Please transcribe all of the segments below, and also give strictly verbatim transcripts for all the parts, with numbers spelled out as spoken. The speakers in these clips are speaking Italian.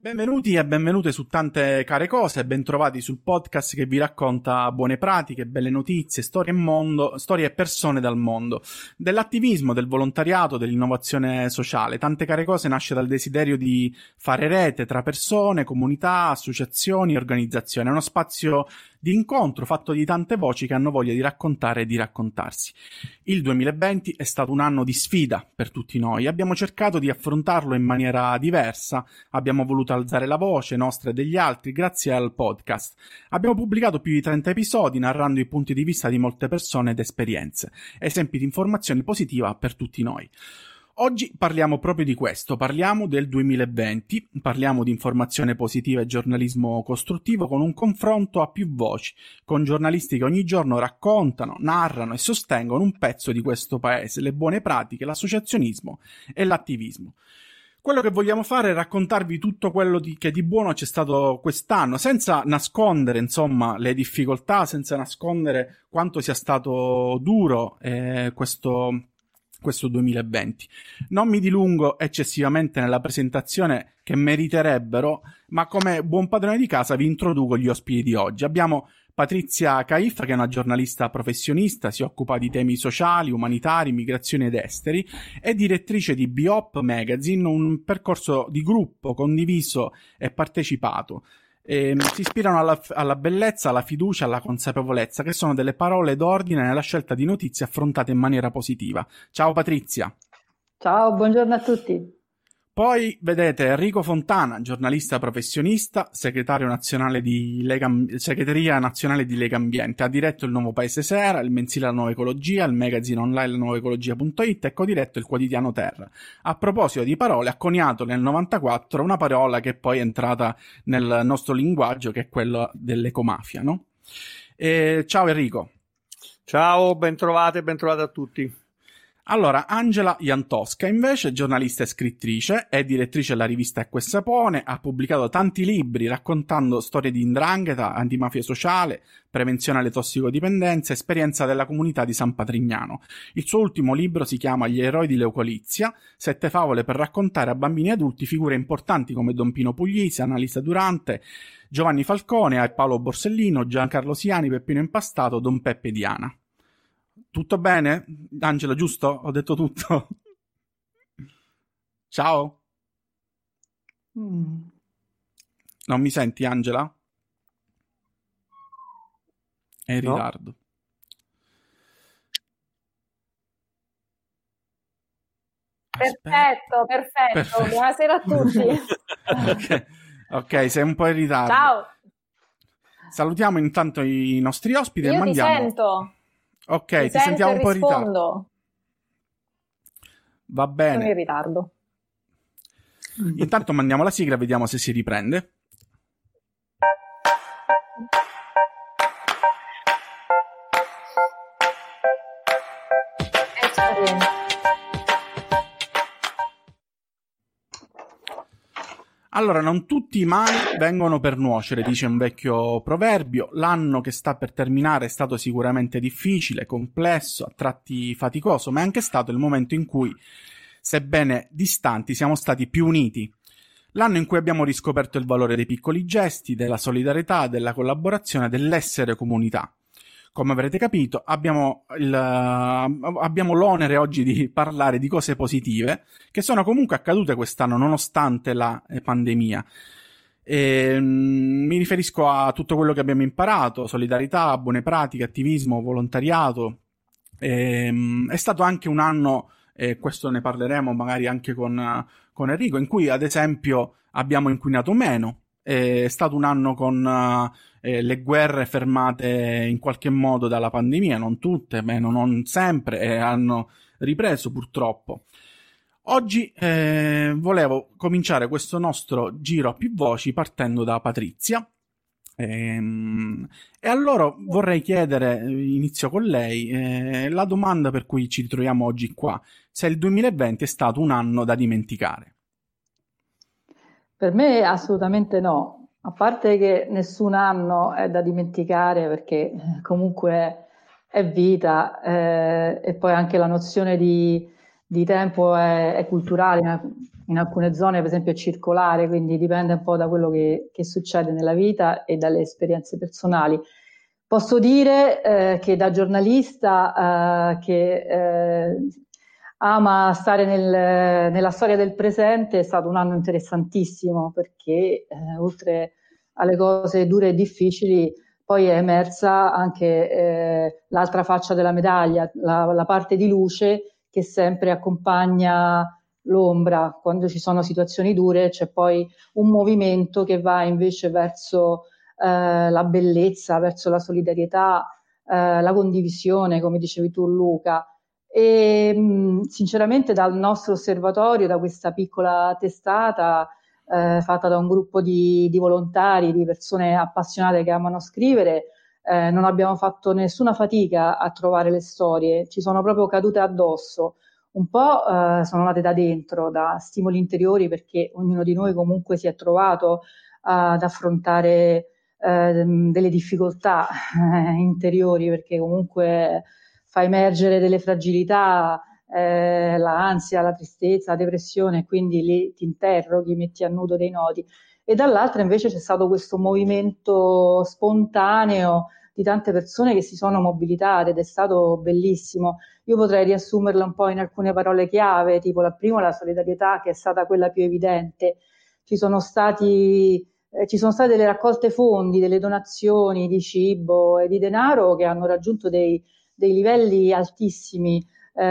Benvenuti e benvenute su Tante Care Cose, bentrovati sul podcast che vi racconta buone pratiche, belle notizie, storie e mondo, storie e persone dal mondo, dell'attivismo, del volontariato, dell'innovazione sociale. Tante Care Cose nasce dal desiderio di fare rete tra persone, comunità, associazioni e organizzazioni. È uno spazio di incontro fatto di tante voci che hanno voglia di raccontare e di raccontarsi. Il duemilaventi è stato un anno di sfida per tutti noi. Abbiamo cercato di affrontarlo in maniera diversa, abbiamo voluto alzare la voce nostra e degli altri grazie al podcast. Abbiamo pubblicato più di trenta episodi narrando i punti di vista di molte persone ed esperienze, esempi di informazione positiva per tutti noi. Oggi parliamo proprio di questo, parliamo del duemilaventi, parliamo di informazione positiva e giornalismo costruttivo con un confronto a più voci, con giornalisti che ogni giorno raccontano, narrano e sostengono un pezzo di questo paese, le buone pratiche, l'associazionismo e l'attivismo. Quello che vogliamo fare è raccontarvi tutto quello di, che di buono c'è stato quest'anno, senza nascondere, insomma, le difficoltà, senza nascondere quanto sia stato duro eh, questo... questo duemilaventi. Non mi dilungo eccessivamente nella presentazione che meriterebbero, ma come buon padrone di casa vi introduco gli ospiti di oggi. Abbiamo Patrizia Caiffa, che è una giornalista professionista, si occupa di temi sociali, umanitari, migrazioni ed esteri, è direttrice di Biop Magazine, un percorso di gruppo condiviso e partecipato. E si ispirano alla, alla bellezza, alla fiducia, alla consapevolezza, che sono delle parole d'ordine nella scelta di notizie affrontate in maniera positiva. Ciao Patrizia. Ciao, buongiorno a tutti. Poi vedete Enrico Fontana, giornalista professionista, segretario nazionale di Lega, segreteria nazionale di Lega Ambiente. Ha diretto il Nuovo Paese Sera, il mensile La Nuova Ecologia, il magazine online la nuova ecologia punto it e co-diretto il quotidiano Terra. A proposito di parole, ha coniato nel novantaquattro una parola che poi è entrata nel nostro linguaggio, che è quella dell'ecomafia, no? E, ciao Enrico. Ciao, bentrovate, bentrovate a tutti. Allora, Angela Jantosca, invece, giornalista e scrittrice, è direttrice della rivista Acqua e Sapone, ha pubblicato tanti libri raccontando storie di 'ndrangheta, antimafia sociale, prevenzione alle tossicodipendenze, esperienza della comunità di San Patrignano. Il suo ultimo libro si chiama Gli eroi di Leucolizia, sette favole per raccontare a bambini e adulti figure importanti come Don Pino Puglisi, Annalisa Durante, Giovanni Falcone, Paolo Borsellino, Giancarlo Siani, Peppino Impastato, Don Peppe Diana. Tutto bene? Angela, giusto? Ho detto tutto? Ciao? Mm. Non mi senti, Angela? È in no. ritardo. Perfetto, perfetto, perfetto. Buonasera a tutti. okay. ok, sei un po' in ritardo. Ciao. Salutiamo intanto i nostri ospiti Io e mandiamo... ti sento. Ok, ti, ti sentiamo un po' in ritardo. Rispondo. Va bene. Sono in ritardo. Intanto mandiamo la sigla e vediamo se si riprende. Allora, non tutti i mali vengono per nuocere, dice un vecchio proverbio. L'anno che sta per terminare è stato sicuramente difficile, complesso, a tratti faticoso, ma è anche stato il momento in cui, sebbene distanti, siamo stati più uniti. L'anno in cui abbiamo riscoperto il valore dei piccoli gesti, della solidarietà, della collaborazione, dell'essere comunità. Come avrete capito, abbiamo, il, uh, abbiamo l'onere oggi di parlare di cose positive che sono comunque accadute quest'anno nonostante la eh, pandemia. E, um, mi riferisco a tutto quello che abbiamo imparato, solidarietà, buone pratiche, attivismo, volontariato. E, um, è stato anche un anno, e questo ne parleremo magari anche con, uh, con Enrico, in cui ad esempio abbiamo inquinato meno. È stato un anno con uh, eh, le guerre fermate in qualche modo dalla pandemia, non tutte, meno non sempre, e hanno ripreso purtroppo. Oggi eh, volevo cominciare questo nostro giro a più voci partendo da Patrizia. Ehm, e allora vorrei chiedere, inizio con lei, eh, la domanda per cui ci ritroviamo oggi qua, se il duemilaventi è stato un anno da dimenticare. Per me assolutamente no, a parte che nessun anno è da dimenticare perché comunque è vita eh, e poi anche la nozione di, di tempo è, è culturale, in alcune zone per esempio è circolare, quindi dipende un po' da quello che, che succede nella vita e dalle esperienze personali. Posso dire eh, che da giornalista eh, che eh, ama stare nel, nella storia del presente è stato un anno interessantissimo, perché eh, oltre alle cose dure e difficili poi è emersa anche eh, l'altra faccia della medaglia, la, la parte di luce che sempre accompagna l'ombra. Quando ci sono situazioni dure c'è poi un movimento che va invece verso eh, la bellezza, verso la solidarietà, eh, la condivisione, come dicevi tu Luca. E mh, sinceramente dal nostro osservatorio, da questa piccola testata eh, fatta da un gruppo di, di volontari, di persone appassionate che amano scrivere, eh, non abbiamo fatto nessuna fatica a trovare le storie, ci sono proprio cadute addosso. Un po' eh, sono nate da dentro, da stimoli interiori, perché ognuno di noi comunque si è trovato ad affrontare eh, delle difficoltà eh, interiori, perché comunque fa emergere delle fragilità, eh, l'ansia, la tristezza, la depressione, quindi lì ti interroghi, metti a nudo dei nodi. E dall'altra invece c'è stato questo movimento spontaneo di tante persone che si sono mobilitate ed è stato bellissimo. Io potrei riassumerla un po' in alcune parole chiave, tipo la prima, la solidarietà, che è stata quella più evidente. Ci sono stati, eh, ci sono state delle raccolte fondi, delle donazioni di cibo e di denaro che hanno raggiunto dei, dei livelli altissimi.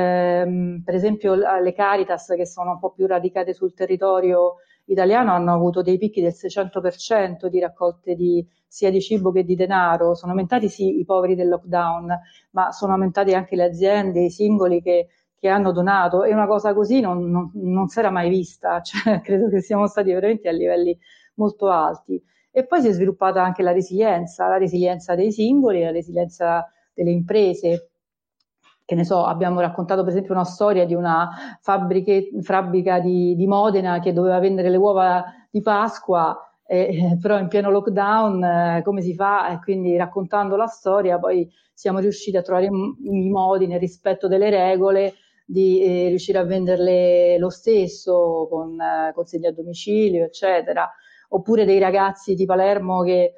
Eh, per esempio le Caritas, che sono un po' più radicate sul territorio italiano, hanno avuto dei picchi del seicento per cento di raccolte di, sia di cibo che di denaro. Sono aumentati sì i poveri del lockdown, ma sono aumentate anche le aziende, i singoli che, che hanno donato, e una cosa così non, non, non si era mai vista, cioè, credo che siamo stati veramente a livelli molto alti. E poi si è sviluppata anche la resilienza, la resilienza dei singoli, la resilienza delle imprese. Che ne so, abbiamo raccontato per esempio una storia di una fabbrica di, di Modena che doveva vendere le uova di Pasqua, eh, però in pieno lockdown eh, come si fa? E quindi raccontando la storia poi siamo riusciti a trovare i modi, nel rispetto delle regole, di eh, riuscire a venderle lo stesso con eh, consegna a domicilio, eccetera. Oppure dei ragazzi di Palermo che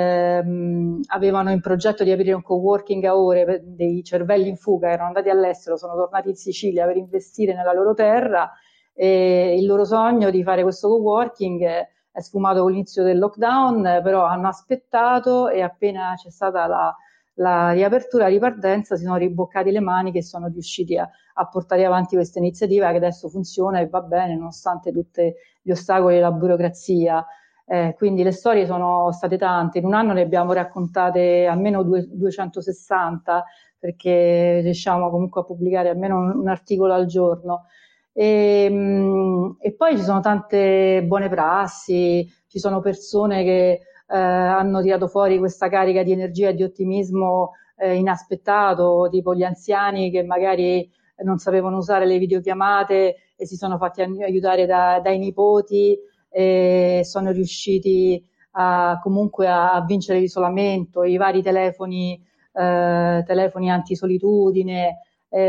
Ehm, avevano in progetto di aprire un coworking a ore per dei cervelli in fuga, erano andati all'estero, sono tornati in Sicilia per investire nella loro terra, e il loro sogno di fare questo coworking è sfumato con l'inizio del lockdown, però hanno aspettato e appena c'è stata la, la riapertura, la ripartenza, si sono riboccati le maniche e sono riusciti a, a portare avanti questa iniziativa che adesso funziona e va bene nonostante tutti gli ostacoli e la burocrazia. Eh, quindi le storie sono state tante, in un anno ne abbiamo raccontate almeno due, duecentosessanta, perché riusciamo comunque a pubblicare almeno un, un articolo al giorno. E, mh, e poi ci sono tante buone prassi, ci sono persone che eh, hanno tirato fuori questa carica di energia e di ottimismo eh, inaspettato, tipo gli anziani che magari non sapevano usare le videochiamate e si sono fatti aiutare da, dai nipoti, e sono riusciti a, comunque a vincere l'isolamento, i vari telefoni, eh, telefoni antisolitudine,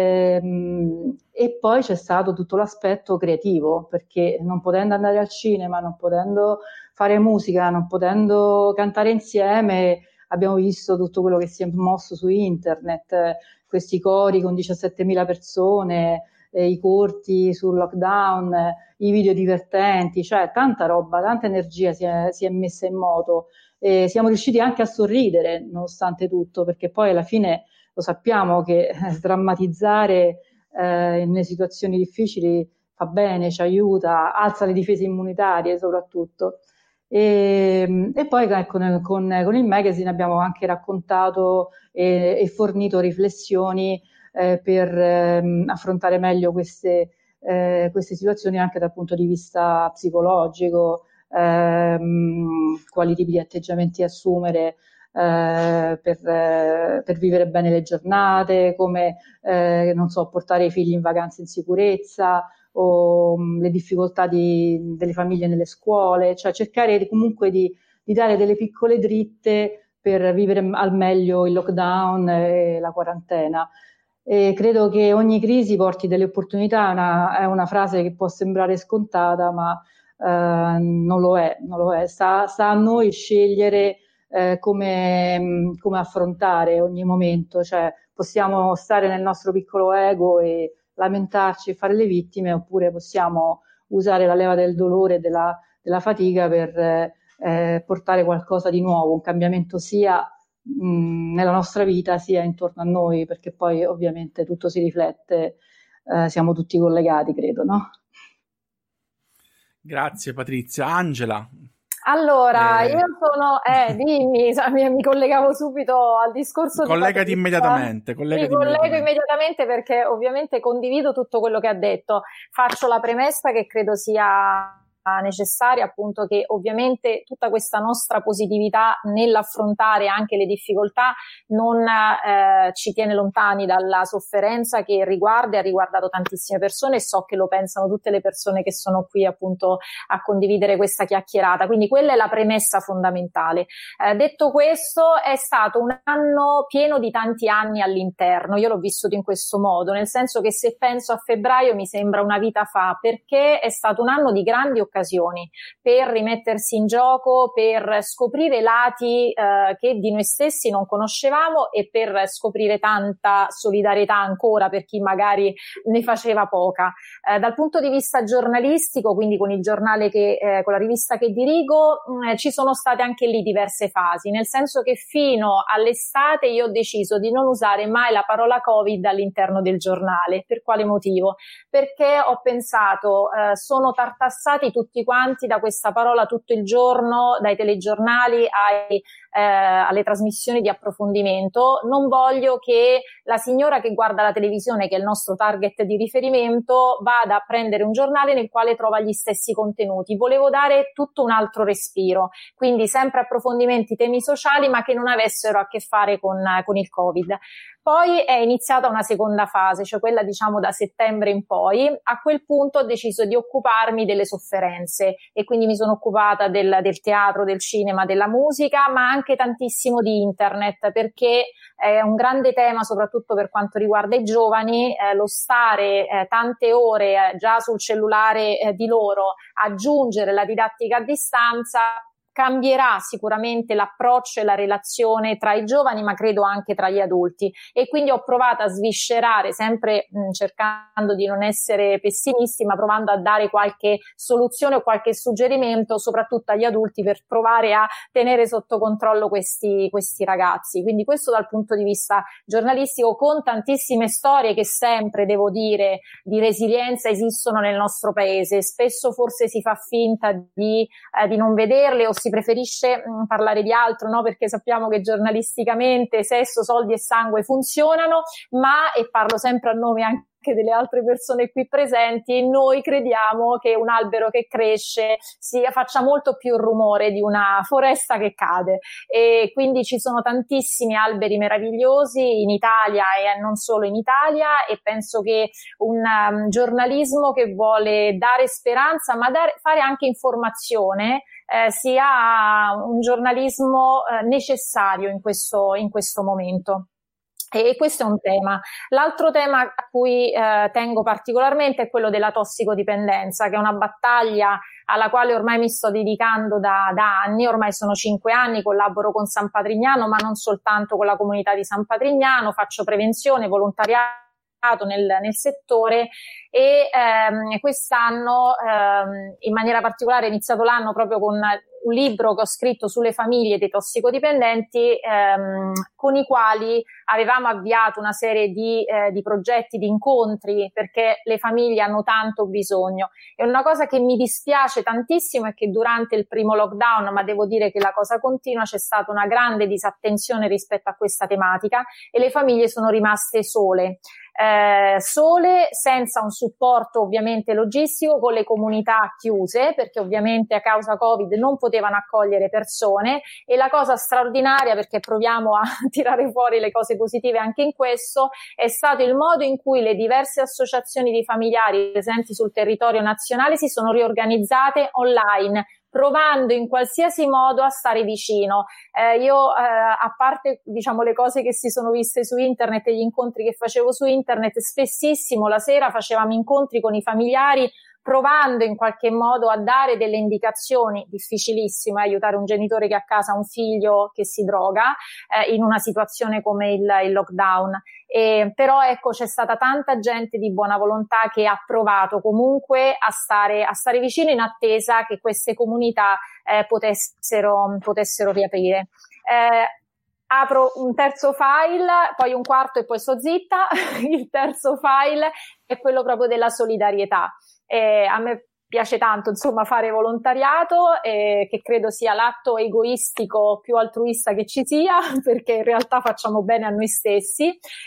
ehm, e poi c'è stato tutto l'aspetto creativo, perché non potendo andare al cinema, non potendo fare musica, non potendo cantare insieme, abbiamo visto tutto quello che si è mosso su internet, questi cori con diciassettemila persone, eh, i corti sul lockdown, eh, i video divertenti, cioè tanta roba, tanta energia si è, si è messa in moto. E siamo riusciti anche a sorridere nonostante tutto, perché poi alla fine lo sappiamo che eh, sdrammatizzare eh, nelle situazioni difficili fa bene, ci aiuta, alza le difese immunitarie soprattutto. E, e poi ecco, con, con il magazine abbiamo anche raccontato e, e fornito riflessioni eh, per ehm, affrontare meglio queste, eh, queste situazioni anche dal punto di vista psicologico, ehm, quali tipi di atteggiamenti assumere eh, per, eh, per vivere bene le giornate, come eh, non so, portare i figli in vacanza in sicurezza, o mh, le difficoltà di, delle famiglie nelle scuole, cioè cercare comunque di, di dare delle piccole dritte per vivere al meglio il lockdown e la quarantena. e credo che ogni crisi porti delle opportunità. Una, è una frase che può sembrare scontata, ma eh, non lo è, non lo è. Sta, sta a noi scegliere eh, come, come affrontare ogni momento, cioè possiamo stare nel nostro piccolo ego e lamentarci e fare le vittime, oppure possiamo usare la leva del dolore e della, della fatica per eh, portare qualcosa di nuovo, un cambiamento sia mh, nella nostra vita sia intorno a noi, perché poi ovviamente tutto si riflette, eh, siamo tutti collegati, credo, no? Grazie Patrizia. Angela. Allora, eh... io sono, eh, dimmi, mi, mi collegavo subito al discorso collegati di immediatamente, collegati mi collego immediatamente. immediatamente perché ovviamente condivido tutto quello che ha detto. Faccio la premessa che credo sia necessaria, appunto, che ovviamente tutta questa nostra positività nell'affrontare anche le difficoltà non eh, ci tiene lontani dalla sofferenza che riguarda e ha riguardato tantissime persone, e so che lo pensano tutte le persone che sono qui appunto a condividere questa chiacchierata, quindi quella è la premessa fondamentale. Eh, detto questo, è stato un anno pieno di tanti anni all'interno, io l'ho vissuto in questo modo, nel senso che se penso a febbraio mi sembra una vita fa, perché è stato un anno di grandi occasioni per rimettersi in gioco, per scoprire lati eh, che di noi stessi non conoscevamo e per scoprire tanta solidarietà ancora per chi magari ne faceva poca. Eh, dal punto di vista giornalistico, quindi con il giornale che, eh, con la rivista che dirigo, mh, ci sono state anche lì diverse fasi, nel senso che fino all'estate io ho deciso di non usare mai la parola Covid all'interno del giornale. Per quale motivo? Perché ho pensato, eh, sono tartassati tutti quanti da questa parola tutto il giorno, dai telegiornali ai, eh, alle trasmissioni di approfondimento. Non voglio che la signora che guarda la televisione, che è il nostro target di riferimento, vada a prendere un giornale nel quale trova gli stessi contenuti. Volevo dare tutto un altro respiro, quindi sempre approfondimenti, temi sociali, ma che non avessero a che fare con, con il Covid. Poi è iniziata una seconda fase, cioè quella diciamo da settembre in poi. A quel punto ho deciso di occuparmi delle sofferenze e quindi mi sono occupata del, del teatro, del cinema, della musica, ma anche tantissimo di internet, perché è un grande tema soprattutto per quanto riguarda i giovani, eh, lo stare eh, tante ore eh, già sul cellulare eh, di loro, aggiungere la didattica a distanza, cambierà sicuramente l'approccio e la relazione tra i giovani, ma credo anche tra gli adulti, e quindi ho provato a sviscerare, sempre mh, cercando di non essere pessimisti, ma provando a dare qualche soluzione o qualche suggerimento soprattutto agli adulti per provare a tenere sotto controllo questi, questi ragazzi. Quindi questo dal punto di vista giornalistico, con tantissime storie che sempre, devo dire, di resilienza esistono nel nostro paese. Spesso forse si fa finta di, eh, di non vederle o si preferisce mh, parlare di altro, no? Perché sappiamo che giornalisticamente sesso, soldi e sangue funzionano, ma, e parlo sempre a nome anche delle altre persone qui presenti, noi crediamo che un albero che cresce sia, faccia molto più rumore di una foresta che cade, e quindi ci sono tantissimi alberi meravigliosi in Italia e non solo in Italia, e penso che un um, giornalismo che vuole dare speranza ma dare, fare anche informazione eh, sia un giornalismo eh, necessario in questo, in questo momento. E questo è un tema. L'altro tema a cui eh, tengo particolarmente è quello della tossicodipendenza, che è una battaglia alla quale ormai mi sto dedicando da, da anni, ormai sono cinque anni, collaboro con San Patrignano, ma non soltanto con la comunità di San Patrignano, faccio prevenzione, volontariato nel, nel settore, e ehm, quest'anno ehm, in maniera particolare ho iniziato l'anno proprio con un libro che ho scritto sulle famiglie dei tossicodipendenti, ehm, con i quali avevamo avviato una serie di, eh, di progetti, di incontri, perché le famiglie hanno tanto bisogno. E una cosa che mi dispiace tantissimo è che durante il primo lockdown, ma devo dire che la cosa continua, c'è stata una grande disattenzione rispetto a questa tematica e le famiglie sono rimaste sole. Eh, sole, senza un supporto ovviamente logistico, con le comunità chiuse, perché ovviamente a causa Covid non potevano accogliere persone. E la cosa straordinaria, perché proviamo a tirare fuori le cose positive anche in questo, è stato il modo in cui le diverse associazioni di familiari presenti sul territorio nazionale si sono riorganizzate online, provando in qualsiasi modo a stare vicino. Eh, io, eh, a parte, diciamo, le cose che si sono viste su internet e gli incontri che facevo su internet, spessissimo la sera facevamo incontri con i familiari, provando in qualche modo a dare delle indicazioni. Difficilissimo eh, aiutare un genitore che ha a casa un figlio che si droga eh, in una situazione come il, il lockdown. Eh, però ecco, c'è stata tanta gente di buona volontà che ha provato comunque a stare, a stare vicino in attesa che queste comunità eh, potessero, potessero riaprire. Eh, apro un terzo file, poi un quarto e poi sto zitta. Il terzo file è quello proprio della solidarietà. Eh, a me piace tanto, insomma, fare volontariato, eh, che credo sia l'atto egoistico più altruista che ci sia, perché in realtà facciamo bene a noi stessi.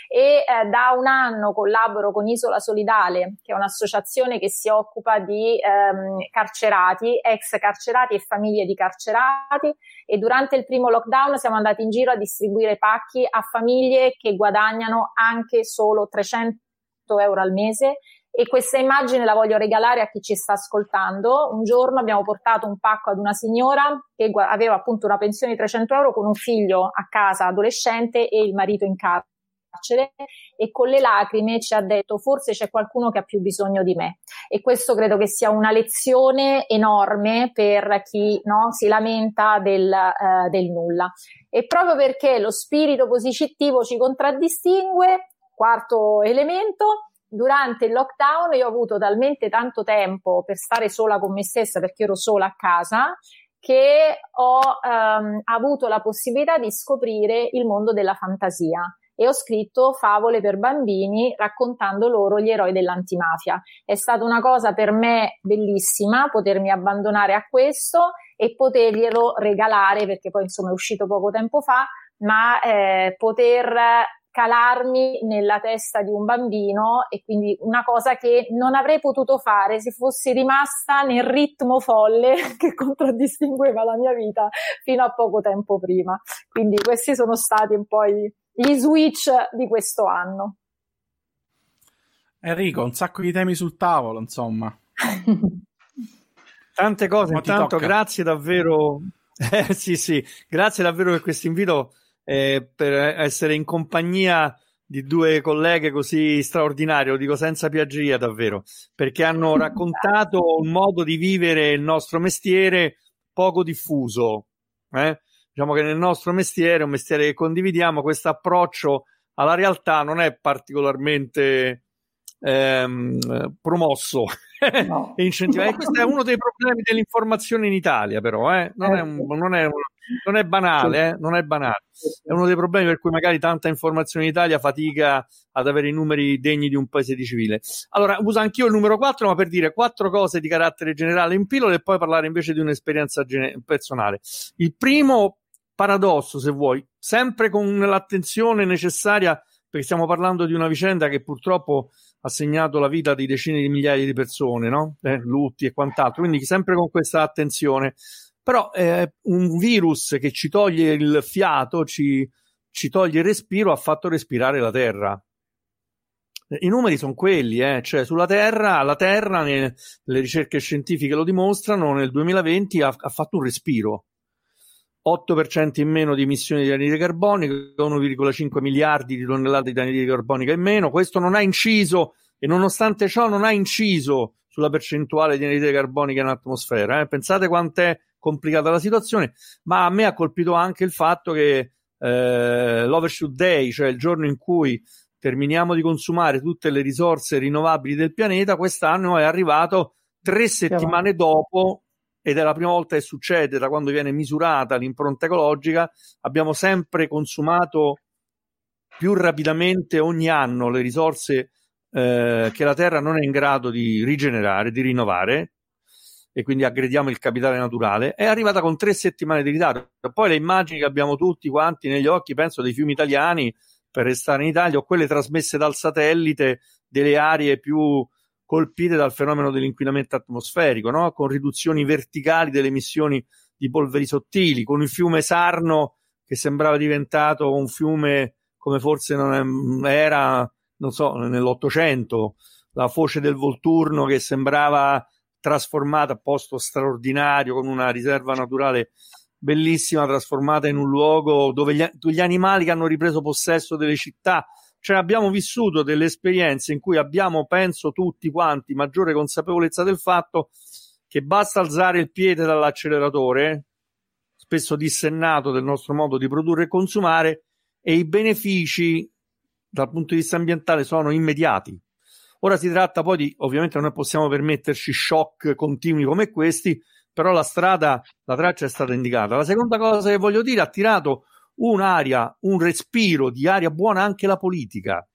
E eh, da un anno collaboro con Isola Solidale, che è un'associazione che si occupa di ehm, carcerati, ex carcerati e famiglie di carcerati, e durante il primo lockdown siamo andati in giro a distribuire pacchi a famiglie che guadagnano anche solo trecento euro al mese. E questa immagine la voglio regalare a chi ci sta ascoltando. Un giorno abbiamo portato un pacco ad una signora che aveva appunto una pensione di trecento euro con un figlio a casa adolescente e il marito in carcere, e con le lacrime ci ha detto: forse c'è qualcuno che ha più bisogno di me. E questo credo che sia una lezione enorme per chi, no, si lamenta del, uh, del nulla. E proprio perché lo spirito positivo ci contraddistingue, quarto elemento, durante il lockdown io ho avuto talmente tanto tempo per stare sola con me stessa, perché ero sola a casa, che ho um, avuto la possibilità di scoprire il mondo della fantasia, e ho scritto favole per bambini raccontando loro gli eroi dell'antimafia. È stata una cosa per me bellissima potermi abbandonare a questo e poterglielo regalare, perché poi insomma è uscito poco tempo fa, ma eh, poter calarmi nella testa di un bambino, e quindi una cosa che non avrei potuto fare se fossi rimasta nel ritmo folle che contraddistingueva la mia vita fino a poco tempo prima. Quindi questi sono stati un po' gli switch di questo anno. Enrico, un sacco di temi sul tavolo, insomma. Tante cose, intanto tocca. Grazie davvero, eh, sì sì, grazie davvero per questo invito. Eh, per essere in compagnia di due colleghe così straordinarie, lo dico senza piaggeria davvero, perché hanno raccontato un modo di vivere il nostro mestiere poco diffuso. Eh? Diciamo che nel nostro mestiere, un mestiere che condividiamo, questo approccio alla realtà non è particolarmente ehm, promosso no. e incentivato. E questo è uno dei problemi dell'informazione in Italia, però eh? non, è un, non è un Non è banale, eh? non è banale. È uno dei problemi per cui magari tanta informazione in Italia fatica ad avere i numeri degni di un paese di civile. Allora, uso anch'io il numero quattro, ma per dire quattro cose di carattere generale in pillole e poi parlare invece di un'esperienza gene- personale. Il primo paradosso, se vuoi, sempre con l'attenzione necessaria, perché stiamo parlando di una vicenda che purtroppo ha segnato la vita di decine di migliaia di persone, no? Eh, lutti e quant'altro, quindi sempre con questa attenzione. Però eh, un virus che ci toglie il fiato, ci, ci toglie il respiro, ha fatto respirare la Terra. I numeri sono quelli, eh? Cioè sulla Terra, la Terra, ne, le ricerche scientifiche lo dimostrano, nel duemilaventi ha, ha fatto un respiro. otto per cento in meno di emissioni di anidride carbonica, uno virgola cinque miliardi di tonnellate di anidride carbonica in meno. Questo non ha inciso, e nonostante ciò non ha inciso sulla percentuale di anidride carbonica in atmosfera. Eh? Pensate quant'è complicata la situazione, ma a me ha colpito anche il fatto che eh, l'Overshoot Day, cioè il giorno in cui terminiamo di consumare tutte le risorse rinnovabili del pianeta, quest'anno è arrivato tre settimane dopo, ed è la prima volta che succede da quando viene misurata l'impronta ecologica. Abbiamo sempre consumato più rapidamente ogni anno le risorse eh, che la Terra non è in grado di rigenerare, di rinnovare, e quindi aggrediamo il capitale naturale. È arrivata con tre settimane di ritardo. Poi le immagini che abbiamo tutti quanti negli occhi, penso, dei fiumi italiani, per restare in Italia, o quelle trasmesse dal satellite delle aree più colpite dal fenomeno dell'inquinamento atmosferico, no? Con riduzioni verticali delle emissioni di polveri sottili, con il fiume Sarno che sembrava diventato un fiume come forse non era, non so, nell'Ottocento, la foce del Volturno che sembrava trasformata, posto straordinario, con una riserva naturale bellissima, trasformata in un luogo dove gli, gli animali che hanno ripreso possesso delle città. Cioè abbiamo vissuto delle esperienze in cui abbiamo, penso tutti quanti, maggiore consapevolezza del fatto che basta alzare il piede dall'acceleratore, spesso dissennato del nostro modo di produrre e consumare, e i benefici dal punto di vista ambientale sono immediati. Ora si tratta poi di, ovviamente non possiamo permetterci shock continui come questi, però la strada, la traccia è stata indicata. La seconda cosa che voglio dire, ha tirato un'aria, un respiro di aria buona anche la politica.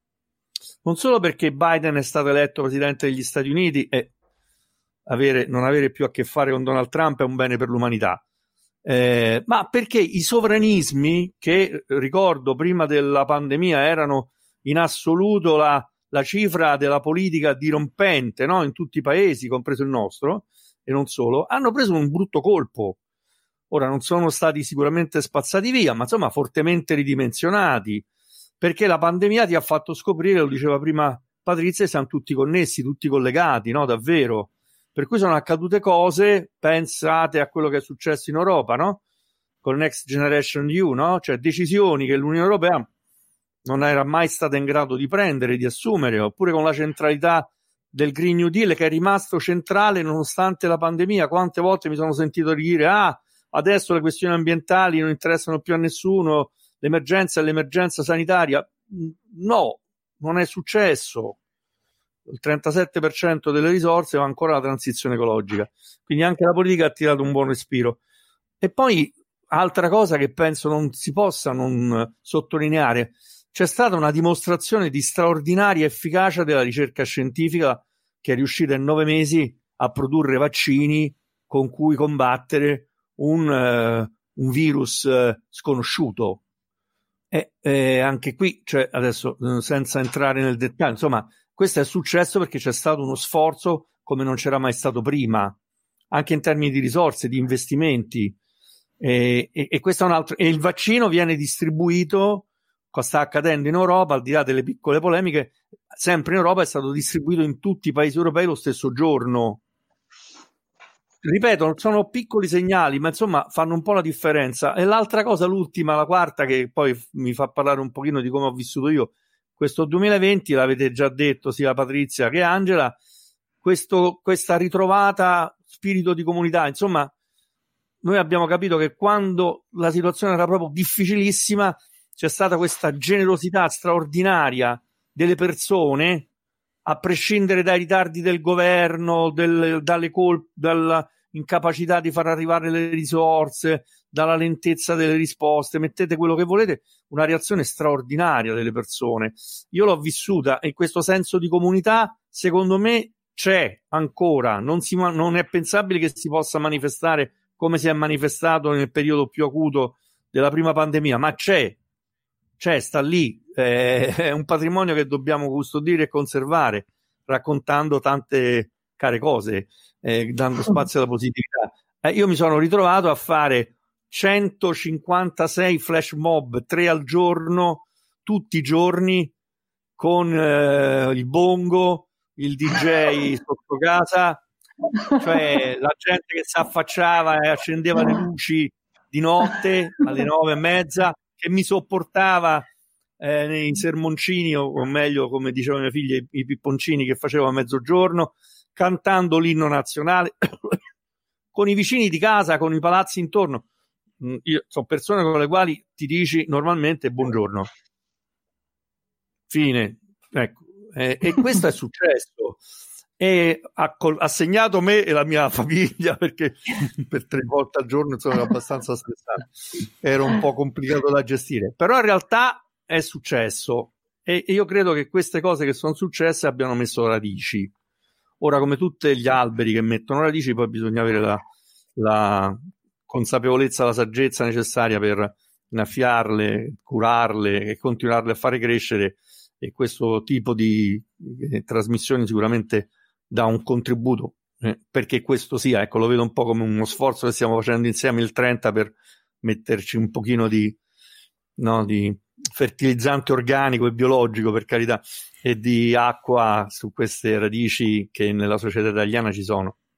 Non solo perché Biden è stato eletto presidente degli Stati Uniti e avere, non avere più a che fare con Donald Trump è un bene per l'umanità, eh, ma perché i sovranismi, che ricordo prima della pandemia erano in assoluto la, la cifra della politica dirompente, no? In tutti i paesi, compreso il nostro, e non solo, hanno preso un brutto colpo. Ora non sono stati sicuramente spazzati via, ma insomma fortemente ridimensionati, perché la pandemia ti ha fatto scoprire, lo diceva prima Patrizia, siamo tutti connessi, tutti collegati, no? Davvero. Per cui sono accadute cose, pensate a quello che è successo in Europa, no? Con Next Generation E U, no? Cioè decisioni che l'Unione Europea non era mai stata in grado di prendere, di assumere, oppure con la centralità del Green New Deal, che è rimasto centrale nonostante la pandemia. Quante volte mi sono sentito dire ah, adesso le questioni ambientali non interessano più a nessuno, l'emergenza è l'emergenza sanitaria. No, non è successo. Il trentasette per cento delle risorse va ancora alla transizione ecologica, quindi anche la politica ha tirato un buon respiro. E poi altra cosa che penso non si possa non sottolineare, c'è stata una dimostrazione di straordinaria efficacia della ricerca scientifica, che è riuscita in nove mesi a produrre vaccini con cui combattere un, uh, un virus uh, sconosciuto. E eh, anche qui, cioè adesso senza entrare nel dettaglio, insomma, questo è successo perché c'è stato uno sforzo come non c'era mai stato prima, anche in termini di risorse, di investimenti. E, e, e questo è un altro. E il vaccino viene distribuito, cosa sta accadendo in Europa, al di là delle piccole polemiche, sempre in Europa è stato distribuito in tutti i paesi europei lo stesso giorno. Ripeto, sono piccoli segnali, ma insomma fanno un po' la differenza. E l'altra cosa, l'ultima, la quarta, che poi mi fa parlare un pochino di come ho vissuto io questo duemilaventi, l'avete già detto sia Patrizia che Angela, questo, questa ritrovata spirito di comunità. Insomma, noi abbiamo capito che quando la situazione era proprio difficilissima c'è stata questa generosità straordinaria delle persone, a prescindere dai ritardi del governo, del, dalle colpe, dalla incapacità di far arrivare le risorse, dalla lentezza delle risposte, mettete quello che volete, una reazione straordinaria delle persone. Io l'ho vissuta e questo senso di comunità, secondo me, c'è ancora. Non, si, non è pensabile che si possa manifestare come si è manifestato nel periodo più acuto della prima pandemia, ma c'è, c'è, sta lì. Eh, è un patrimonio che dobbiamo custodire e conservare, raccontando tante care cose, eh, dando spazio alla positività. Eh, io mi sono ritrovato a fare centocinquantasei flash mob, tre al giorno, tutti i giorni, con eh, il bongo, il D J sotto casa, cioè la gente che si affacciava e accendeva le luci di notte alle nove e mezza, che mi sopportava eh, nei sermoncini, o, o meglio, come dicevano mie figlie, i, i pipponcini che facevo a mezzogiorno, cantando l'inno nazionale con i vicini di casa, con i palazzi intorno. Io sono persone con le quali ti dici normalmente buongiorno, fine, ecco. Eh, e questo è successo e ha, ha segnato me e la mia famiglia, perché per tre volte al giorno sono abbastanza stressato, era un po' complicato da gestire, però in realtà è successo e, e io credo che queste cose che sono successe abbiano messo radici. Ora, come tutti gli alberi che mettono radici, poi bisogna avere la, la consapevolezza, la saggezza necessaria per innaffiarle, curarle e continuarle a fare crescere, e questo tipo di eh, trasmissione sicuramente dà un contributo eh, perché questo sia, ecco, lo vedo un po' come uno sforzo che stiamo facendo insieme il trenta per metterci un pochino di, no, di fertilizzante organico e biologico, per carità, e di acqua su queste radici che nella società italiana ci sono.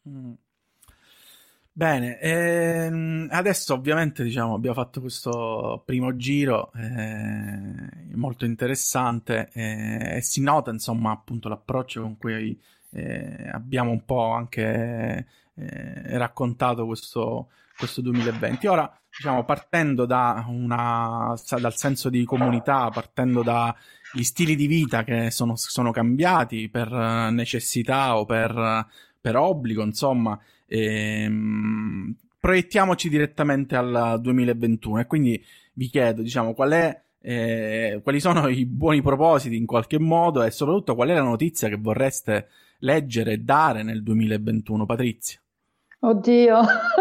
Mm. Bene, ehm, adesso ovviamente diciamo abbiamo fatto questo primo giro eh, molto interessante eh, e si nota insomma appunto l'approccio con cui eh, abbiamo un po' anche eh, raccontato questo, questo duemilaventi. Ora diciamo partendo da una, dal senso di comunità, partendo dagli stili di vita che sono, sono cambiati per necessità o per, per obbligo, insomma. Ehm, proiettiamoci direttamente al duemilaventuno e quindi vi chiedo, diciamo, qual è, eh, quali sono i buoni propositi in qualche modo e soprattutto qual è la notizia che vorreste leggere e dare nel duemilaventuno, Patrizia? Oddio,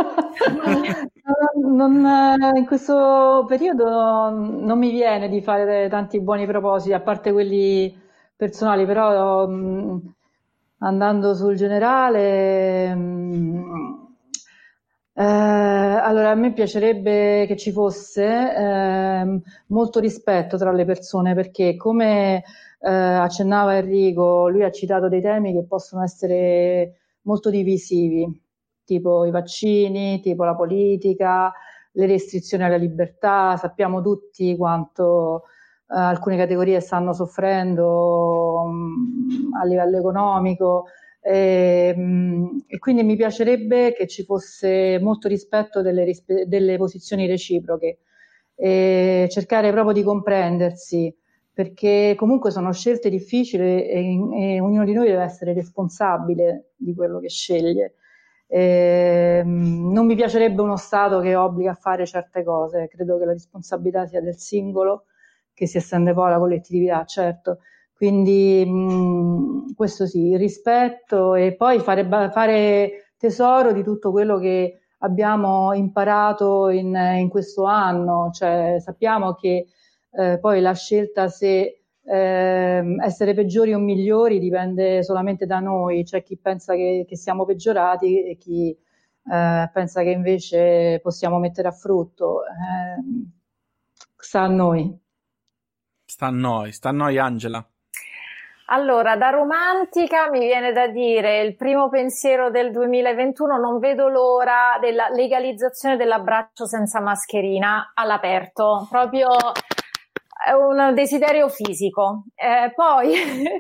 non, in questo periodo non mi viene di fare tanti buoni propositi, a parte quelli personali, però mh, andando sul generale, mh, eh, allora a me piacerebbe che ci fosse eh, molto rispetto tra le persone, perché come eh, accennava Enrico, lui ha citato dei temi che possono essere molto divisivi, tipo i vaccini, tipo la politica, le restrizioni alla libertà. Sappiamo tutti quanto eh, alcune categorie stanno soffrendo mh, a livello economico e, mh, e quindi mi piacerebbe che ci fosse molto rispetto delle, rispe- delle posizioni reciproche e cercare proprio di comprendersi, perché comunque sono scelte difficili e, e ognuno di noi deve essere responsabile di quello che sceglie. Eh, non mi piacerebbe uno Stato che obbliga a fare certe cose, credo che la responsabilità sia del singolo, che si estende poi alla collettività, certo. Quindi mh, questo sì, il rispetto e poi fare, fare tesoro di tutto quello che abbiamo imparato in, in questo anno, cioè sappiamo che eh, poi la scelta se eh, essere peggiori o migliori dipende solamente da noi, c'è chi pensa che, che siamo peggiorati e chi eh, pensa che invece possiamo mettere a frutto. Eh, sta a noi. Sta a noi, sta a noi, Angela. Allora, da romantica mi viene da dire il primo pensiero del duemilaventuno, non vedo l'ora della legalizzazione dell'abbraccio senza mascherina all'aperto, proprio è un desiderio fisico. Eh, poi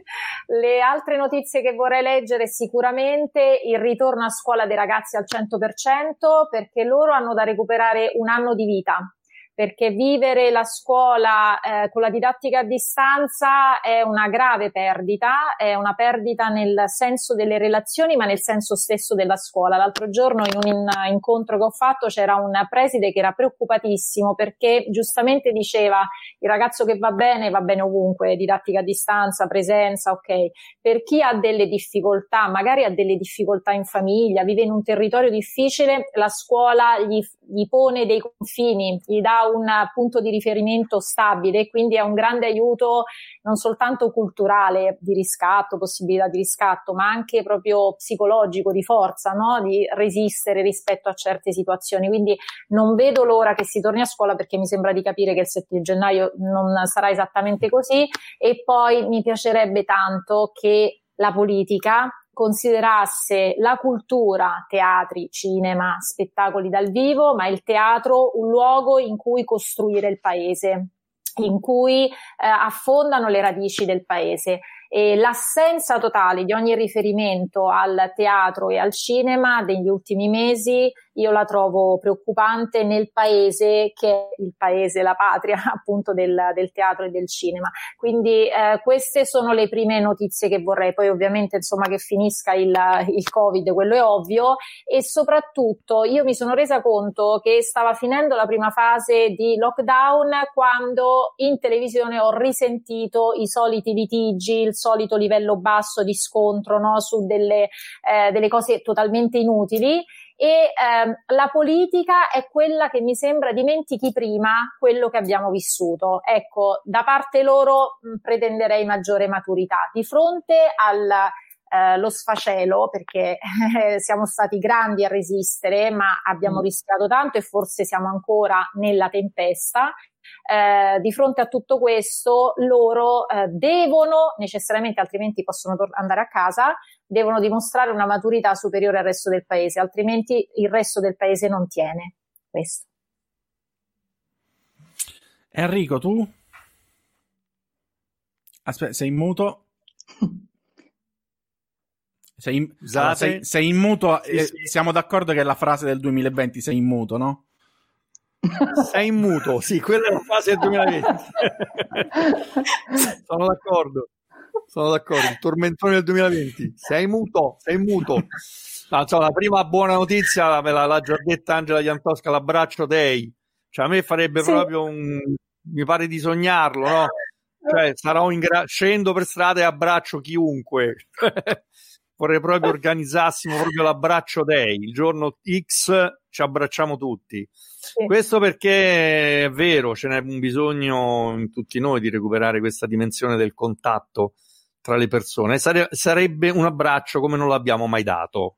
le altre notizie che vorrei leggere sicuramente il ritorno a scuola dei ragazzi al cento per cento, perché loro hanno da recuperare un anno di vita. Perché vivere la scuola eh, con la didattica a distanza è una grave perdita, è una perdita nel senso delle relazioni, ma nel senso stesso della scuola. L'altro giorno in un in- incontro che ho fatto c'era un preside che era preoccupatissimo perché giustamente diceva il ragazzo che va bene, va bene ovunque, didattica a distanza, presenza, ok. Per chi ha delle difficoltà, magari ha delle difficoltà in famiglia, vive in un territorio difficile, la scuola gli, gli pone dei confini, gli dà un punto di riferimento stabile, quindi è un grande aiuto non soltanto culturale di riscatto, possibilità di riscatto, ma anche proprio psicologico, di forza, no? Di resistere rispetto a certe situazioni. Quindi non vedo l'ora che si torni a scuola, perché mi sembra di capire che il sette gennaio non sarà esattamente così. E poi mi piacerebbe tanto che la politica considerasse la cultura, teatri, cinema, spettacoli dal vivo, ma il teatro un luogo in cui costruire il paese, in cui eh, affondano le radici del paese. E l'assenza totale di ogni riferimento al teatro e al cinema degli ultimi mesi io la trovo preoccupante nel paese che è il paese, la patria appunto del, del teatro e del cinema. Quindi eh, queste sono le prime notizie che vorrei, poi ovviamente insomma che finisca il, il Covid, quello è ovvio, e soprattutto io mi sono resa conto che stava finendo la prima fase di lockdown quando in televisione ho risentito i soliti litigi, il solito livello basso di scontro, no, su delle, eh, delle cose totalmente inutili. E ehm, la politica è quella che mi sembra dimentichi prima quello che abbiamo vissuto. Ecco, da parte loro mh, pretenderei maggiore maturità di fronte al eh, lo sfacelo, perché eh, siamo stati grandi a resistere, ma abbiamo mm. rischiato tanto e forse siamo ancora nella tempesta. Eh, di fronte a tutto questo loro eh, devono necessariamente, altrimenti possono tor- andare a casa, devono dimostrare una maturità superiore al resto del paese, altrimenti il resto del paese non tiene questo. Enrico, tu? Aspetta, sei in muto? Sei in, allora, sei, sei in muto, sì, eh, sì. Siamo d'accordo che è la frase del duemilaventi, sei in muto, no? Sei in muto, sì, quella è la frase del duemilaventi. Sono d'accordo, sono d'accordo, il tormentone del duemilaventi, sei muto, sei muto. No, insomma, la prima buona notizia me l'ha già detta Angela Iantosca, l'abbraccio Day, cioè a me farebbe sì. proprio un, mi pare di sognarlo, no? Cioè sarò in gra- scendo per strada e abbraccio chiunque. Vorrei proprio organizzassimo proprio l'abbraccio Day, il giorno X ci abbracciamo tutti. Sì. Questo perché è vero, ce n'è un bisogno in tutti noi di recuperare questa dimensione del contatto tra le persone. Sare- sarebbe un abbraccio come non l'abbiamo mai dato.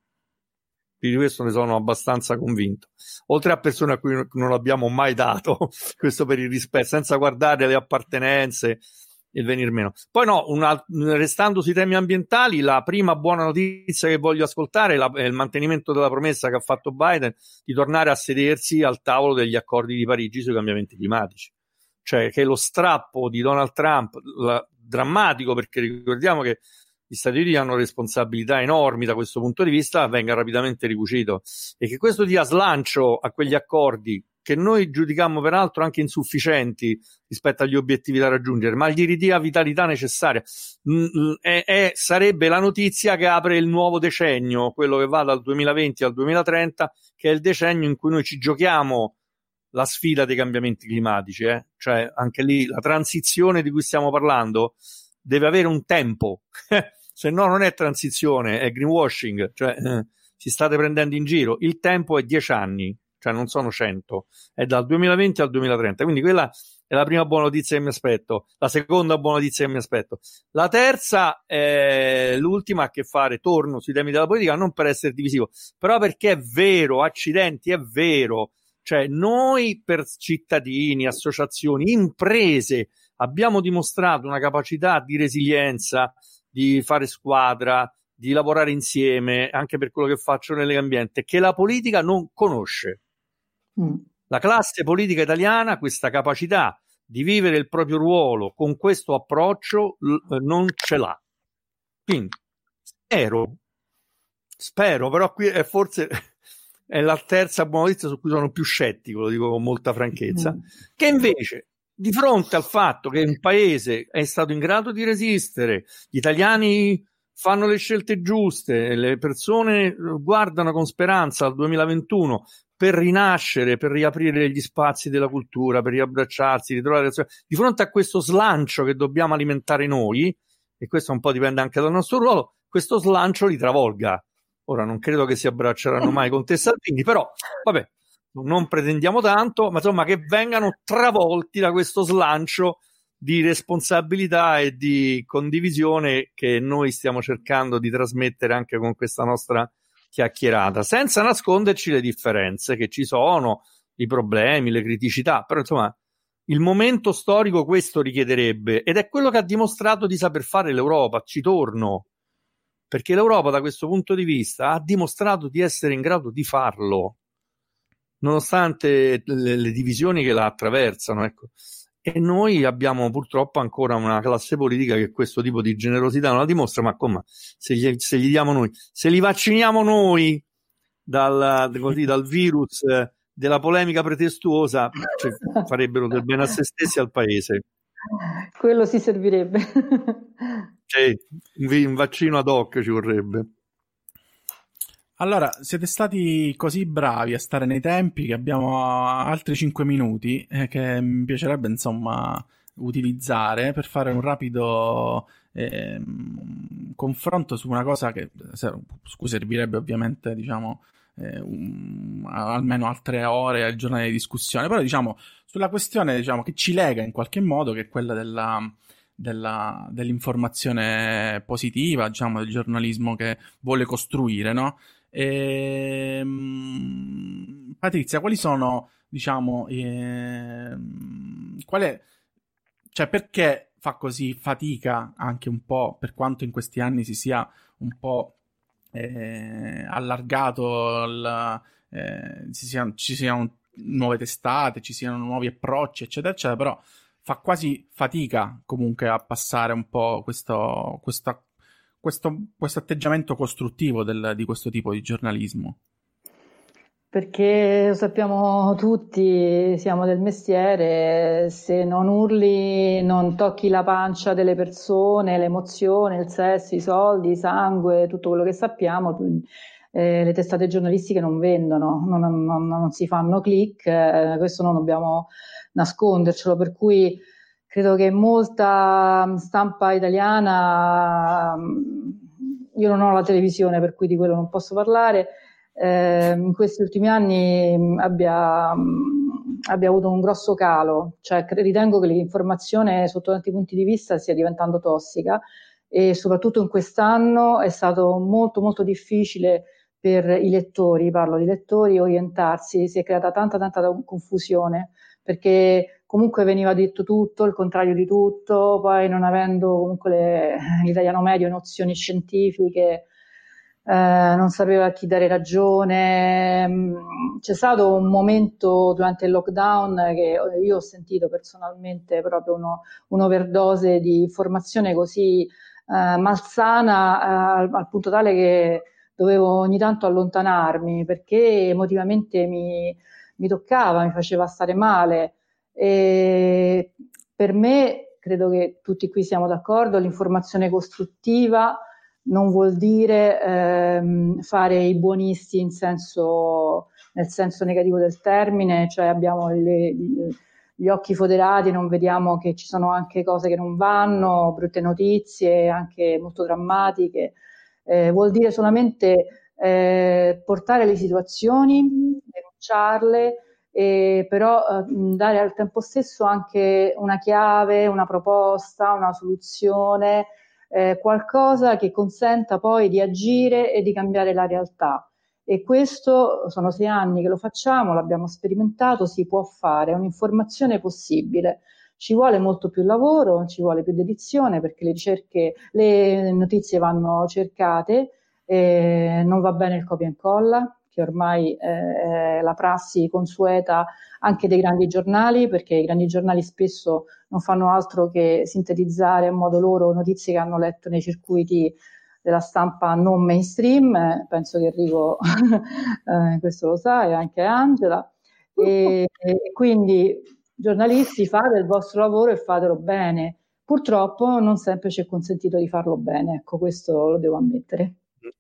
Di questo ne sono abbastanza convinto. Oltre a persone a cui non l'abbiamo mai dato, questo per il rispetto, senza guardare le appartenenze, il venir meno. Poi no, una, restando sui temi ambientali, la prima buona notizia che voglio ascoltare è, la, è il mantenimento della promessa che ha fatto Biden di tornare a sedersi al tavolo degli accordi di Parigi sui cambiamenti climatici. Cioè che lo strappo di Donald Trump, la, drammatico, perché ricordiamo che gli Stati Uniti hanno responsabilità enormi da questo punto di vista, venga rapidamente ricucito e che questo dia slancio a quegli accordi che noi giudicammo peraltro anche insufficienti rispetto agli obiettivi da raggiungere, ma gli ridia vitalità necessaria. Mm, è, è, sarebbe la notizia che apre il nuovo decennio, quello che va dal duemilaventi al duemilatrenta, che è il decennio in cui noi ci giochiamo la sfida dei cambiamenti climatici, eh? Cioè anche lì la transizione di cui stiamo parlando deve avere un tempo, se no non è transizione, è greenwashing, cioè eh, ci state prendendo in giro. Il tempo è dieci anni, cioè non sono cento, è dal duemilaventi al duemilatrenta, quindi quella è la prima buona notizia che mi aspetto. La seconda buona notizia che mi aspetto. La terza è l'ultima, a che fare, torno sui temi della politica, non per essere divisivo, però perché è vero, accidenti, è vero, cioè noi per cittadini, associazioni, imprese abbiamo dimostrato una capacità di resilienza, di fare squadra, di lavorare insieme, anche per quello che faccio nell'ambiente, che la politica non conosce. Mm. La classe politica italiana questa capacità di vivere il proprio ruolo con questo approccio l- non ce l'ha. Quindi spero, spero, però qui è forse è la terza buona notizia su cui sono più scettico, lo dico con molta franchezza, mm. che invece di fronte al fatto che un paese è stato in grado di resistere, gli italiani fanno le scelte giuste, le persone guardano con speranza al duemilaventuno per rinascere, per riaprire gli spazi della cultura, per riabbracciarsi, ritrovare... Di fronte a questo slancio che dobbiamo alimentare noi, e questo un po' dipende anche dal nostro ruolo, questo slancio li travolga. Ora non credo che si abbracceranno mai con te Salvini, però vabbè, non pretendiamo tanto, ma insomma che vengano travolti da questo slancio di responsabilità e di condivisione che noi stiamo cercando di trasmettere anche con questa nostra chiacchierata, senza nasconderci le differenze che ci sono, i problemi, le criticità, però insomma il momento storico questo richiederebbe ed è quello che ha dimostrato di saper fare l'Europa. Ci torno, perché l'Europa da questo punto di vista ha dimostrato di essere in grado di farlo, nonostante le, le divisioni che la attraversano, ecco. E noi abbiamo purtroppo ancora una classe politica che questo tipo di generosità non la dimostra, ma come se gli, se gli diamo noi, se li vacciniamo noi dal, così, dal virus della polemica pretestuosa, cioè, farebbero del bene a se stessi e al paese. Quello si servirebbe. Cioè, un vaccino ad hoc ci vorrebbe. Allora, siete stati così bravi a stare nei tempi che abbiamo altri cinque minuti eh, che mi piacerebbe insomma utilizzare per fare un rapido eh, confronto su una cosa che su cui servirebbe ovviamente diciamo eh, un, almeno altre ore al giornale di discussione, però diciamo sulla questione diciamo che ci lega in qualche modo, che è quella della Della, dell'informazione positiva, diciamo, del giornalismo che vuole costruire, no? E, Patrizia, quali sono, diciamo, eh, qual è, cioè perché fa così fatica anche un po', per quanto in questi anni si sia un po' eh, allargato, il, eh, ci, siano, ci siano nuove testate, ci siano nuovi approcci, eccetera, eccetera, però fa quasi fatica comunque a passare un po' questo, questa, questo, questo atteggiamento costruttivo del, di questo tipo di giornalismo. Perché lo sappiamo tutti, siamo del mestiere, se non urli, non tocchi la pancia delle persone, le emozioni, il sesso, i soldi, il sangue, tutto quello che sappiamo, eh, le testate giornalistiche non vendono, non, non, non si fanno click, eh, questo non dobbiamo nascondercelo, per cui credo che molta stampa italiana, io non ho la televisione per cui di quello non posso parlare, Eh, in questi ultimi anni abbia, abbia avuto un grosso calo, cioè ritengo che l'informazione sotto tanti punti di vista stia diventando tossica e soprattutto in quest'anno è stato molto molto difficile per i lettori, parlo di lettori, orientarsi, si è creata tanta tanta confusione perché comunque veniva detto tutto, il contrario di tutto, poi non avendo comunque le, l'italiano medio nozioni scientifiche, Eh, non sapeva a chi dare ragione. C'è stato un momento durante il lockdown che io ho sentito personalmente proprio uno, un'overdose di informazione così eh, malsana eh, al punto tale che dovevo ogni tanto allontanarmi perché emotivamente mi, mi toccava, mi faceva stare male e per me, credo che tutti qui siamo d'accordo, l'informazione costruttiva non vuol dire ehm, fare i buonisti in senso, nel senso negativo del termine, cioè abbiamo le, gli occhi foderati, non vediamo che ci sono anche cose che non vanno, brutte notizie, anche molto drammatiche. Eh, vuol dire solamente eh, portare le situazioni, denunciarle, e però eh, dare al tempo stesso anche una chiave, una proposta, una soluzione, Eh, qualcosa che consenta poi di agire e di cambiare la realtà. E questo sono sei anni che lo facciamo, l'abbiamo sperimentato, si può fare, è un'informazione possibile. Ci vuole molto più lavoro, ci vuole più dedizione perché le ricerche, le notizie vanno cercate, eh, non va bene il copia e incolla, che ormai eh, è la prassi consueta anche dei grandi giornali, perché i grandi giornali spesso non fanno altro che sintetizzare a modo loro notizie che hanno letto nei circuiti della stampa non mainstream, penso che Enrico eh, questo lo sa e anche Angela, e, e quindi giornalisti fate il vostro lavoro e fatelo bene, purtroppo non sempre ci è consentito di farlo bene, ecco questo lo devo ammettere.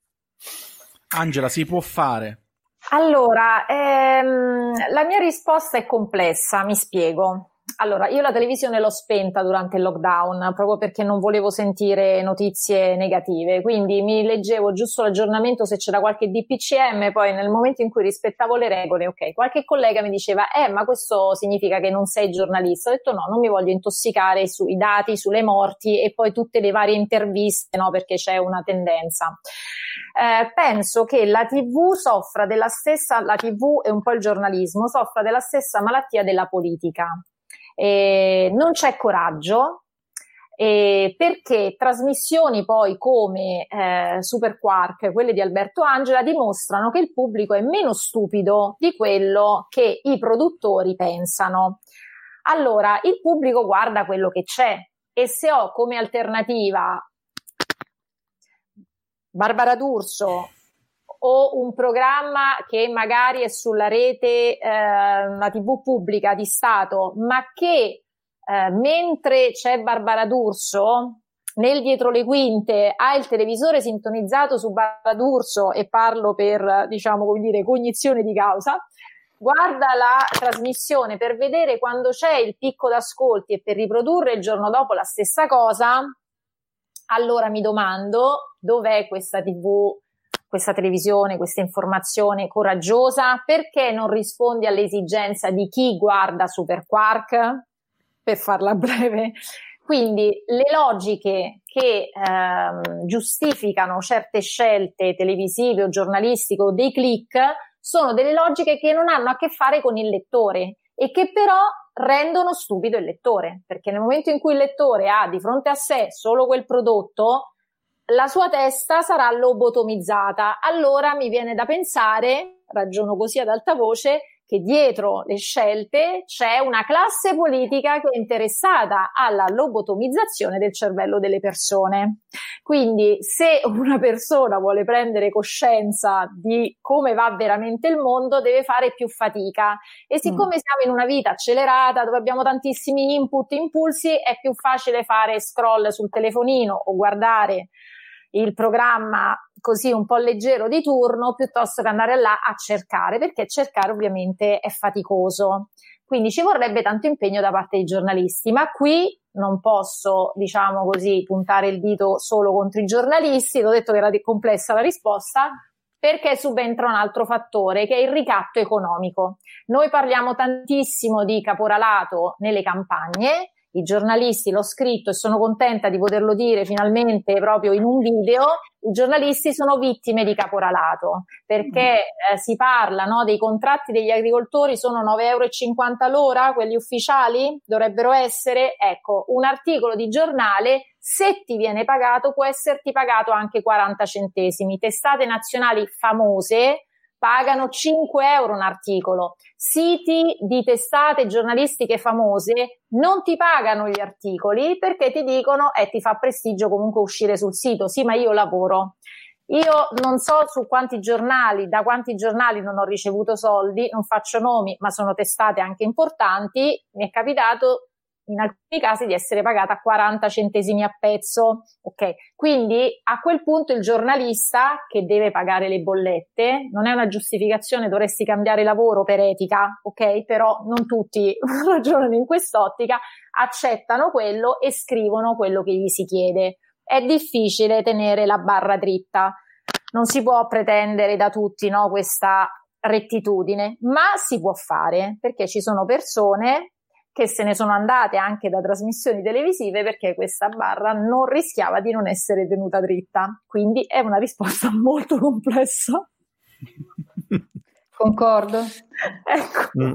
Angela, si può fare? Allora, ehm, la mia risposta è complessa, mi spiego. Allora, io la televisione l'ho spenta durante il lockdown proprio perché non volevo sentire notizie negative, quindi mi leggevo giusto l'aggiornamento se c'era qualche D P C M, poi nel momento in cui rispettavo le regole, ok, qualche collega mi diceva eh ma questo significa che non sei giornalista, ho detto no, non mi voglio intossicare sui dati, sulle morti e poi tutte le varie interviste, no, perché c'è una tendenza. Eh, penso che la tivù soffra della stessa, la tivù e un po' il giornalismo soffra della stessa malattia della politica. Eh, non c'è coraggio eh, perché trasmissioni poi come eh, Super Quark, quelle di Alberto Angela, dimostrano che il pubblico è meno stupido di quello che i produttori pensano. Allora, il pubblico guarda quello che c'è e se ho come alternativa Barbara D'Urso o un programma che magari è sulla rete, eh, una tivù pubblica di Stato, ma che eh, mentre c'è Barbara D'Urso, nel dietro le quinte ha il televisore sintonizzato su Barbara D'Urso, e parlo per, diciamo, come dire, cognizione di causa, guarda la trasmissione per vedere quando c'è il picco d'ascolti e per riprodurre il giorno dopo la stessa cosa, allora mi domando dov'è questa tivù, questa televisione, questa informazione coraggiosa? Perché non rispondi all'esigenza di chi guarda Super Quark? Per farla breve. Quindi le logiche che ehm, giustificano certe scelte televisive o giornalistiche o dei click sono delle logiche che non hanno a che fare con il lettore e che però rendono stupido il lettore, perché nel momento in cui il lettore ha di fronte a sé solo quel prodotto, la sua testa sarà lobotomizzata. Allora mi viene da pensare, ragiono così ad alta voce, che dietro le scelte c'è una classe politica che è interessata alla lobotomizzazione del cervello delle persone. Quindi se una persona vuole prendere coscienza di come va veramente il mondo, deve fare più fatica, e siccome mm. siamo in una vita accelerata dove abbiamo tantissimi input, impulsi, è più facile fare scroll sul telefonino o guardare il programma così un po' leggero di turno, piuttosto che andare là a cercare, perché cercare ovviamente è faticoso. Quindi ci vorrebbe tanto impegno da parte dei giornalisti, ma qui non posso, diciamo così, puntare il dito solo contro i giornalisti. T'ho detto che era complessa la risposta, perché subentra un altro fattore, che è il ricatto economico. Noi parliamo tantissimo di caporalato nelle campagne. I giornalisti, l'ho scritto e sono contenta di poterlo dire finalmente proprio in un video, i giornalisti sono vittime di caporalato, perché eh, si parla, no, dei contratti degli agricoltori, sono nove euro e cinquanta l'ora, quelli ufficiali dovrebbero essere, ecco, un articolo di giornale, se ti viene pagato, può esserti pagato anche quaranta centesimi. Testate nazionali famose pagano cinque euro un articolo. Siti di testate giornalistiche famose non ti pagano gli articoli perché ti dicono eh, ti fa prestigio comunque uscire sul sito. Sì, ma io lavoro. Io non so su quanti giornali, da quanti giornali non ho ricevuto soldi, non faccio nomi, ma sono testate anche importanti. Mi è capitato in alcuni casi di essere pagata a quaranta centesimi a pezzo, ok? Quindi a quel punto il giornalista che deve pagare le bollette, non è una giustificazione, dovresti cambiare lavoro per etica, ok? Però non tutti ragionano in quest'ottica, accettano quello e scrivono quello che gli si chiede. È difficile tenere la barra dritta, non si può pretendere da tutti, no, questa rettitudine, ma si può fare, perché ci sono persone che se ne sono andate anche da trasmissioni televisive perché questa barra non rischiava di non essere tenuta dritta. Quindi è una risposta molto complessa. Concordo. Ecco. Mm.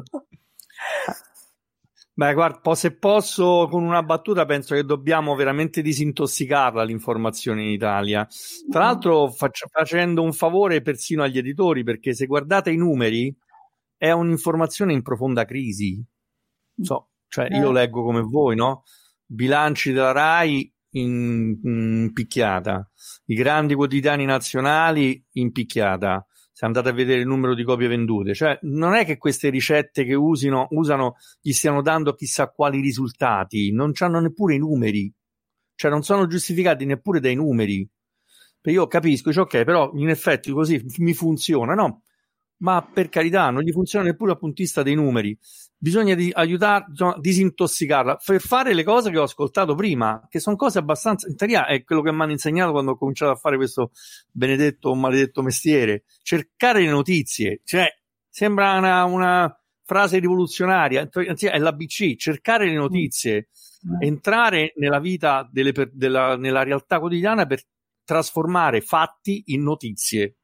Beh, guarda, se posso, con una battuta, penso che dobbiamo veramente disintossicarla l'informazione in Italia. Tra l'altro faccio, facendo un favore persino agli editori, perché se guardate i numeri è un'informazione in profonda crisi. So, cioè io leggo come voi, no? Bilanci della Rai in, in picchiata, i grandi quotidiani nazionali in picchiata. Se andate a vedere il numero di copie vendute, cioè non è che queste ricette che usino, usano gli stiano dando chissà quali risultati, non c'hanno neppure i numeri, cioè non sono giustificati neppure dai numeri. Perché io capisco, cioè, ok, però in effetti così mi funziona, no? Ma per carità, non gli funziona neppure dal punto di vista dei numeri. Bisogna di aiutare, bisogna disintossicarla per fare le cose che ho ascoltato prima, che sono cose abbastanza, in teoria è quello che mi hanno insegnato quando ho cominciato a fare questo benedetto o maledetto mestiere, cercare le notizie. Cioè sembra una, una frase rivoluzionaria, è l'A B C, cercare le notizie, mm. entrare nella vita delle, della, nella realtà quotidiana per trasformare fatti in notizie.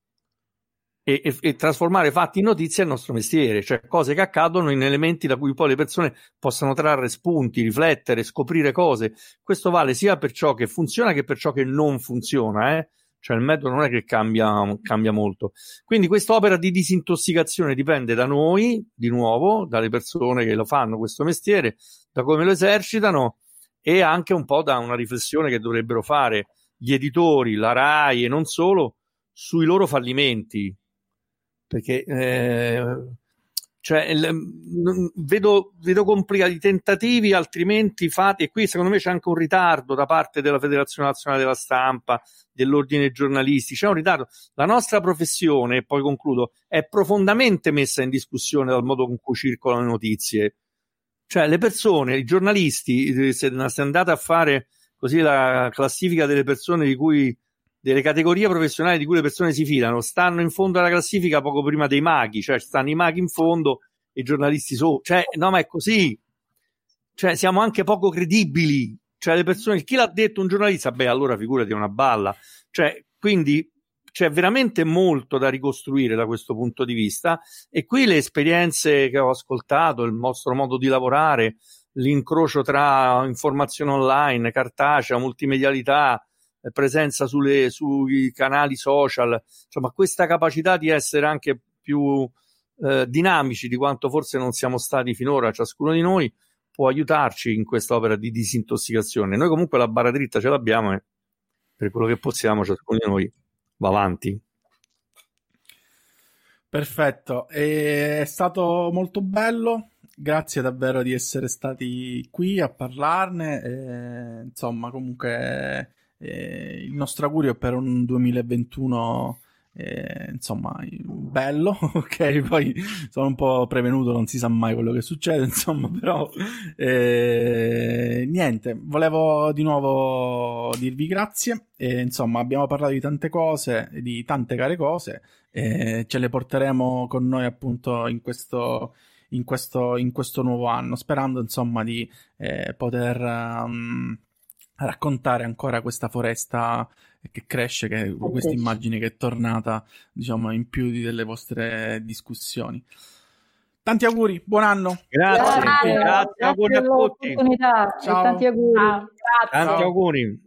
E, e, e trasformare fatti in notizie è il nostro mestiere, cioè cose che accadono in elementi da cui poi le persone possano trarre spunti, riflettere, scoprire cose. Questo vale sia per ciò che funziona che per ciò che non funziona, eh? Cioè il metodo non è che cambia, cambia molto. Quindi quest'opera di disintossicazione dipende da noi, di nuovo, dalle persone che lo fanno questo mestiere, da come lo esercitano e anche un po' da una riflessione che dovrebbero fare gli editori, la Rai e non solo, sui loro fallimenti. Perché eh, cioè, l- vedo, vedo complicati tentativi altrimenti fatti, e qui secondo me c'è anche un ritardo da parte della Federazione Nazionale della Stampa, dell'Ordine dei Giornalisti, c'è un ritardo. La nostra professione, e poi concludo, è profondamente messa in discussione dal modo con cui circolano le notizie. Cioè le persone, i giornalisti, se andate a fare così la classifica delle persone di cui delle categorie professionali di cui le persone si fidano, stanno in fondo alla classifica poco prima dei maghi, cioè stanno i maghi in fondo e i giornalisti sopra, cioè no, ma è così, cioè siamo anche poco credibili, cioè le persone, chi l'ha detto un giornalista, beh allora figurati, è una balla, cioè quindi c'è veramente molto da ricostruire da questo punto di vista, e qui le esperienze che ho ascoltato, il nostro modo di lavorare, l'incrocio tra informazione online, cartacea, multimedialità, presenza sulle, sui canali social, insomma questa capacità di essere anche più eh, dinamici di quanto forse non siamo stati finora, ciascuno di noi può aiutarci in questa opera di disintossicazione. Noi comunque la barra dritta ce l'abbiamo e per quello che possiamo ciascuno di noi va avanti. Perfetto, è stato molto bello, grazie davvero di essere stati qui a parlarne, e, insomma comunque eh, il nostro augurio è per un duemilaventuno eh, insomma bello, ok, poi sono un po' prevenuto, non si sa mai quello che succede, insomma, però eh, niente, volevo di nuovo dirvi grazie e insomma abbiamo parlato di tante cose, di tante care cose e ce le porteremo con noi appunto in questo in questo, in questo nuovo anno, sperando insomma di eh, poter um, raccontare ancora questa foresta che cresce, che questa immagine che è tornata diciamo in più di delle vostre discussioni. Tanti auguri, buon anno. Grazie, grazie, grazie, grazie auguri a tutti. Ciao. Tanti auguri. Tanti auguri.